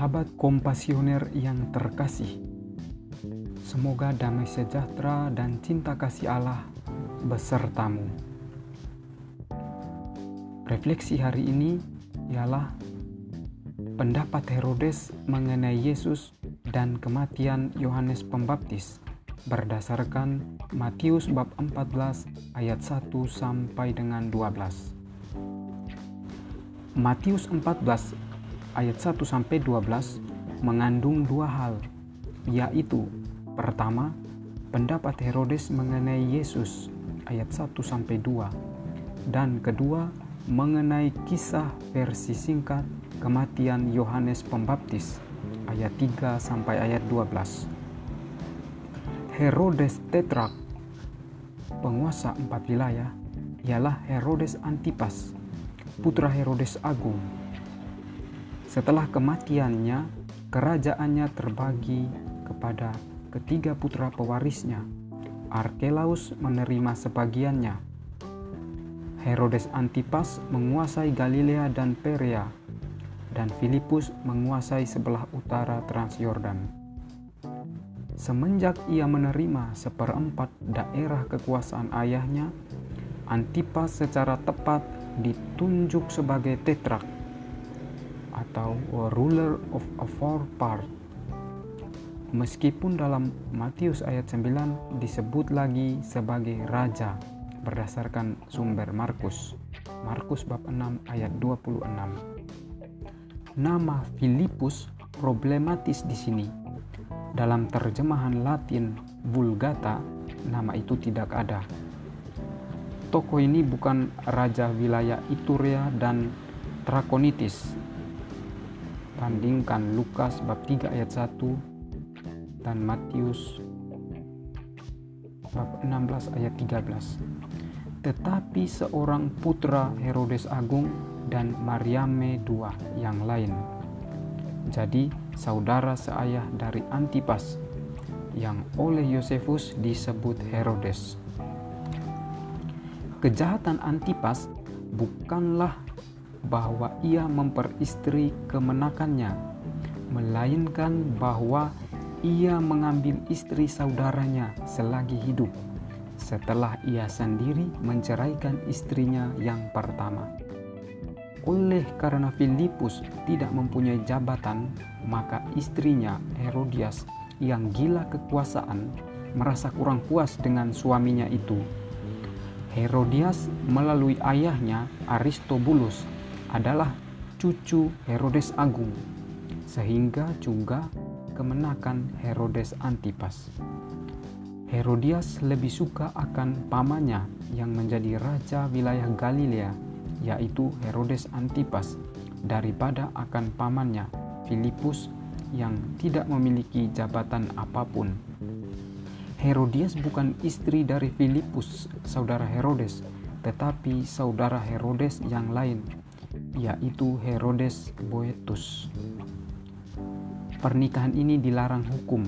Sahabat kompasioner yang terkasih, semoga damai sejahtera dan cinta kasih Allah besertamu. Refleksi hari ini ialah pendapat Herodes mengenai Yesus dan kematian Yohanes Pembaptis berdasarkan Matius bab 14 ayat 1 sampai dengan 12. Matius 14 ayat 1 sampai 12 mengandung dua hal, yaitu pertama, pendapat Herodes mengenai Yesus ayat 1 sampai 2, dan kedua, mengenai kisah versi singkat kematian Yohanes Pembaptis ayat 3 sampai ayat 12. Herodes Tetrak, penguasa 4 wilayah, ialah Herodes Antipas, putra Herodes Agung. Setelah kematiannya, kerajaannya terbagi kepada ketiga putra pewarisnya. Arkelaus menerima sebagiannya. Herodes Antipas menguasai Galilea dan Perea, dan Filipus menguasai sebelah utara Transyordan. Semenjak ia menerima seperempat daerah kekuasaan ayahnya, Antipas secara tepat ditunjuk sebagai Tetrak atau ruler of a four part. Meskipun dalam Matius ayat 9 disebut lagi sebagai raja berdasarkan sumber Markus bab 6 ayat 26. Nama Filipus problematis di sini. Dalam terjemahan Latin Vulgata, nama itu tidak ada. Tokoh ini bukan raja wilayah Iturea dan Trakonitis. Bandingkan Lukas bab 3 ayat 1 dan Matius bab 16 ayat 13. Tetapi seorang putra Herodes Agung dan Mariame II yang lain. Jadi saudara seayah dari Antipas yang oleh Yosefus disebut Herodes. Kejahatan Antipas bukanlah bahwa ia memperistri kemenakannya, melainkan bahwa ia mengambil istri saudaranya selagi hidup, setelah ia sendiri menceraikan istrinya yang pertama. Oleh karena Filipus tidak mempunyai jabatan, maka istrinya Herodias yang gila kekuasaan merasa kurang puas dengan suaminya itu. Herodias melalui ayahnya Aristobulus adalah cucu Herodes Agung, sehingga juga kemenakan Herodes Antipas. Herodias lebih suka akan pamannya yang menjadi raja wilayah Galilea, yaitu Herodes Antipas, daripada akan pamannya Filipus yang tidak memiliki jabatan apapun. Herodias bukan istri dari Filipus, saudara Herodes, tetapi saudara Herodes yang lain, yaitu Herodes Boetus. Pernikahan ini dilarang hukum.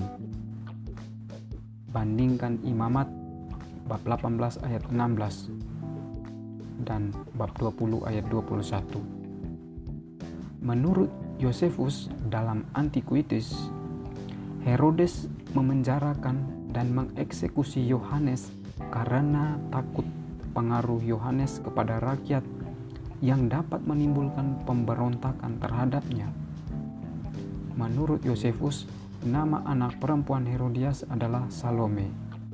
Bandingkan Imamat bab 18 ayat 16 dan bab 20 ayat 21. Menurut Yosefus dalam Antiquities, Herodes memenjarakan dan mengeksekusi Yohanes karena takut pengaruh Yohanes kepada rakyat yang dapat menimbulkan pemberontakan terhadapnya. Menurut Yosefus, nama anak perempuan Herodias adalah Salome.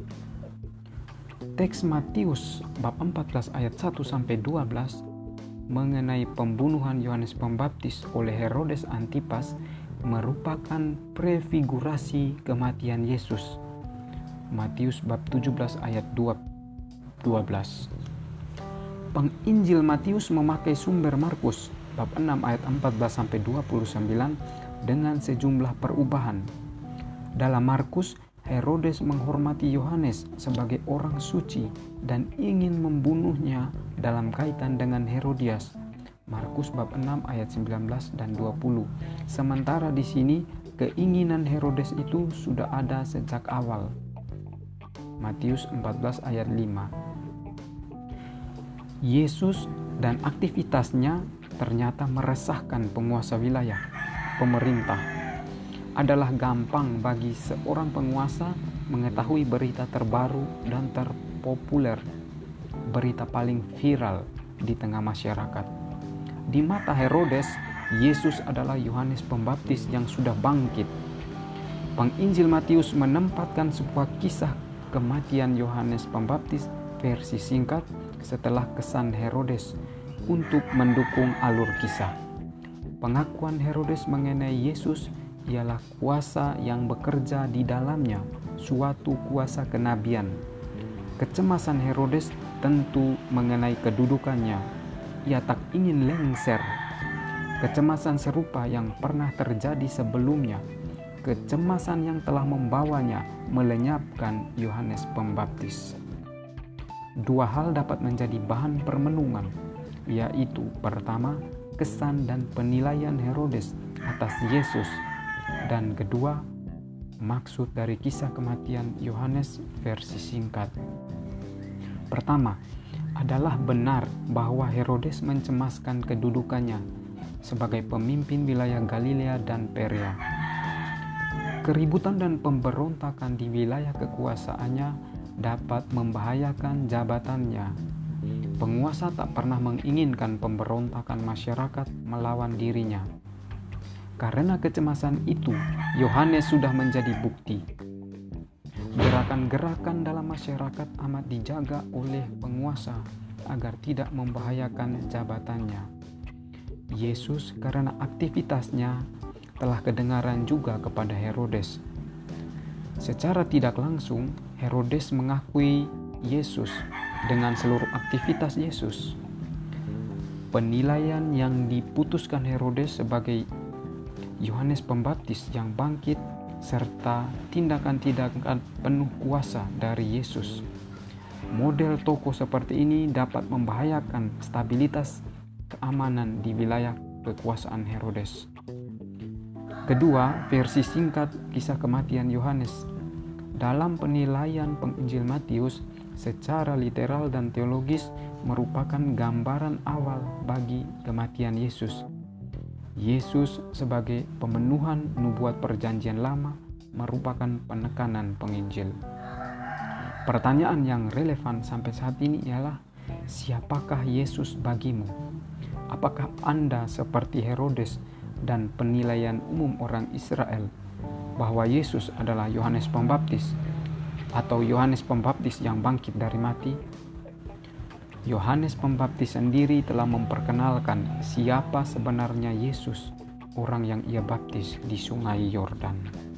Teks Matius bab 14 ayat 1 sampai 12 mengenai pembunuhan Yohanes Pembaptis oleh Herodes Antipas merupakan prefigurasi kematian Yesus. Matius bab 17 ayat 12. Penginjil Matius memakai sumber Markus bab 6 ayat 14 sampai 29 dengan sejumlah perubahan. Dalam Markus, Herodes menghormati Yohanes sebagai orang suci dan ingin membunuhnya dalam kaitan dengan Herodias. Markus bab 6 ayat 19 dan 20. Sementara di sini keinginan Herodes itu sudah ada sejak awal. Matius 14 ayat 5. Yesus dan aktivitasnya ternyata meresahkan penguasa wilayah, pemerintah, adalah gampang bagi seorang penguasa mengetahui berita terbaru dan terpopuler, berita paling viral di tengah masyarakat. Di mata Herodes, Yesus adalah Yohanes Pembaptis yang sudah bangkit. Penginjil Matius menempatkan sebuah kisah kematian Yohanes Pembaptis versi singkat setelah kesan Herodes untuk mendukung alur kisah. Pengakuan Herodes mengenai Yesus ialah kuasa yang bekerja di dalamnya, suatu kuasa kenabian. Kecemasan Herodes tentu mengenai kedudukannya. Ia tak ingin lengser. Kecemasan serupa yang pernah terjadi sebelumnya, kecemasan yang telah membawanya melenyapkan Yohanes Pembaptis. Dua hal dapat menjadi bahan permenungan, yaitu pertama, kesan dan penilaian Herodes atas Yesus, dan kedua, maksud dari kisah kematian Yohanes versi singkat. Pertama, adalah benar bahwa Herodes mencemaskan kedudukannya sebagai pemimpin wilayah Galilea dan Perea. Keributan dan pemberontakan di wilayah kekuasaannya dapat membahayakan jabatannya. Penguasa tak pernah menginginkan pemberontakan masyarakat melawan dirinya. Karena kecemasan itu, Yohanes sudah menjadi bukti. Gerakan-gerakan dalam masyarakat amat dijaga oleh penguasa agar tidak membahayakan jabatannya. Yesus karena aktivitasnya telah kedengaran juga kepada Herodes. Secara tidak langsung, Herodes mengakui Yesus dengan seluruh aktivitas Yesus. Penilaian yang diputuskan Herodes sebagai Yohanes Pembaptis yang bangkit serta tindakan-tindakan penuh kuasa dari Yesus. Model tokoh seperti ini dapat membahayakan stabilitas keamanan di wilayah kekuasaan Herodes. Kedua, versi singkat kisah kematian Yohanes. Dalam penilaian penginjil Matius, secara literal dan teologis merupakan gambaran awal bagi kematian Yesus. Yesus sebagai pemenuhan nubuat perjanjian lama merupakan penekanan penginjil. Pertanyaan yang relevan sampai saat ini ialah, siapakah Yesus bagimu? Apakah Anda seperti Herodes dan penilaian umum orang Israel bahwa Yesus adalah Yohanes Pembaptis atau Yohanes Pembaptis yang bangkit dari mati? Yohanes Pembaptis sendiri telah memperkenalkan siapa sebenarnya Yesus, orang yang ia baptis di Sungai Yordan.